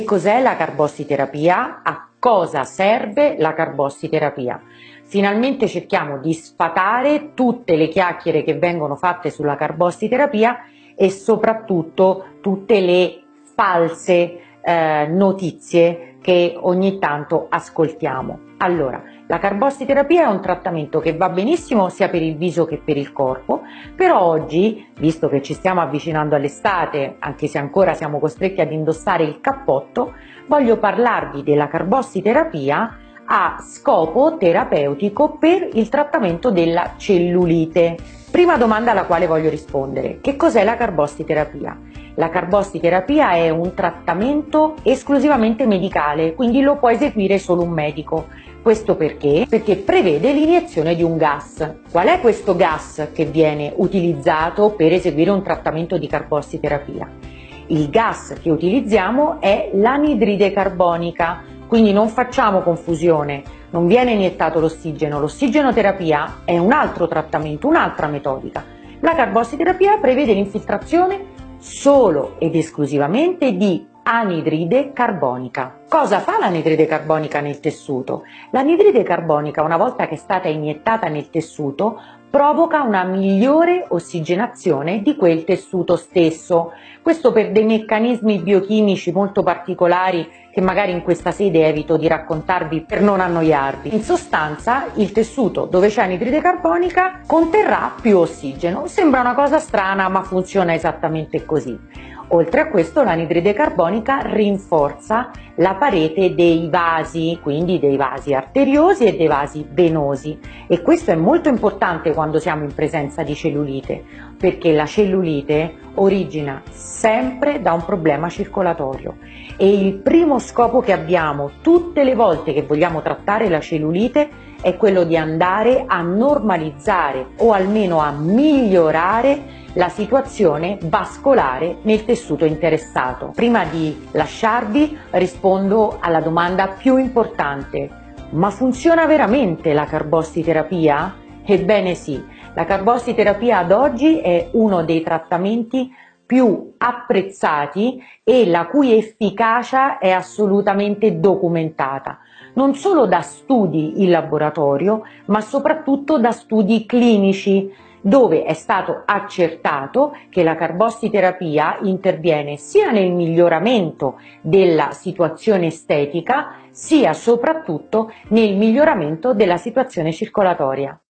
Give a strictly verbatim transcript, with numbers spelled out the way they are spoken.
Che cos'è la carbossiterapia? A cosa serve la carbossiterapia? Finalmente cerchiamo di sfatare tutte le chiacchiere che vengono fatte sulla carbossiterapia e soprattutto tutte le false eh, notizie che ogni tanto ascoltiamo. Allora, la carbossiterapia è un trattamento che va benissimo sia per il viso che per il corpo, però oggi, visto che ci stiamo avvicinando all'estate, anche se ancora siamo costretti ad indossare il cappotto, voglio parlarvi della carbossiterapia a scopo terapeutico per il trattamento della cellulite. Prima domanda alla quale voglio rispondere: che cos'è la carbossiterapia? La carbossiterapia è un trattamento esclusivamente medicale, quindi lo può eseguire solo un medico. Questo perché? Perché prevede l'iniezione di un gas. Qual è questo gas che viene utilizzato per eseguire un trattamento di carbossiterapia? Il gas che utilizziamo è l'anidride carbonica, quindi non facciamo confusione, non viene iniettato l'ossigeno. L'ossigenoterapia è un altro trattamento, un'altra metodica. La carbossiterapia prevede l'infiltrazione solo ed esclusivamente di anidride carbonica. Cosa fa l'anidride carbonica nel tessuto? L'anidride carbonica, una volta che è stata iniettata nel tessuto, provoca una migliore ossigenazione di quel tessuto stesso. Questo per dei meccanismi biochimici molto particolari che magari in questa sede evito di raccontarvi per non annoiarvi. In sostanza, il tessuto dove c'è anidride carbonica conterrà più ossigeno. Sembra una cosa strana, ma funziona esattamente così. Oltre a questo, l'anidride carbonica rinforza la parete dei vasi, quindi dei vasi arteriosi e dei vasi venosi, e questo è molto importante quando siamo in presenza di cellulite, perché la cellulite origina sempre da un problema circolatorio e il primo scopo che abbiamo tutte le volte che vogliamo trattare la cellulite è quello di andare a normalizzare o almeno a migliorare la situazione vascolare nel tessuto interessato. Prima di lasciarvi rispondo alla domanda più importante: ma funziona veramente la carbossiterapia? Ebbene sì, la carbossiterapia ad oggi è uno dei trattamenti più apprezzati e la cui efficacia è assolutamente documentata, non solo da studi in laboratorio, ma soprattutto da studi clinici, dove è stato accertato che la carbossiterapia interviene sia nel miglioramento della situazione estetica, sia soprattutto nel miglioramento della situazione circolatoria.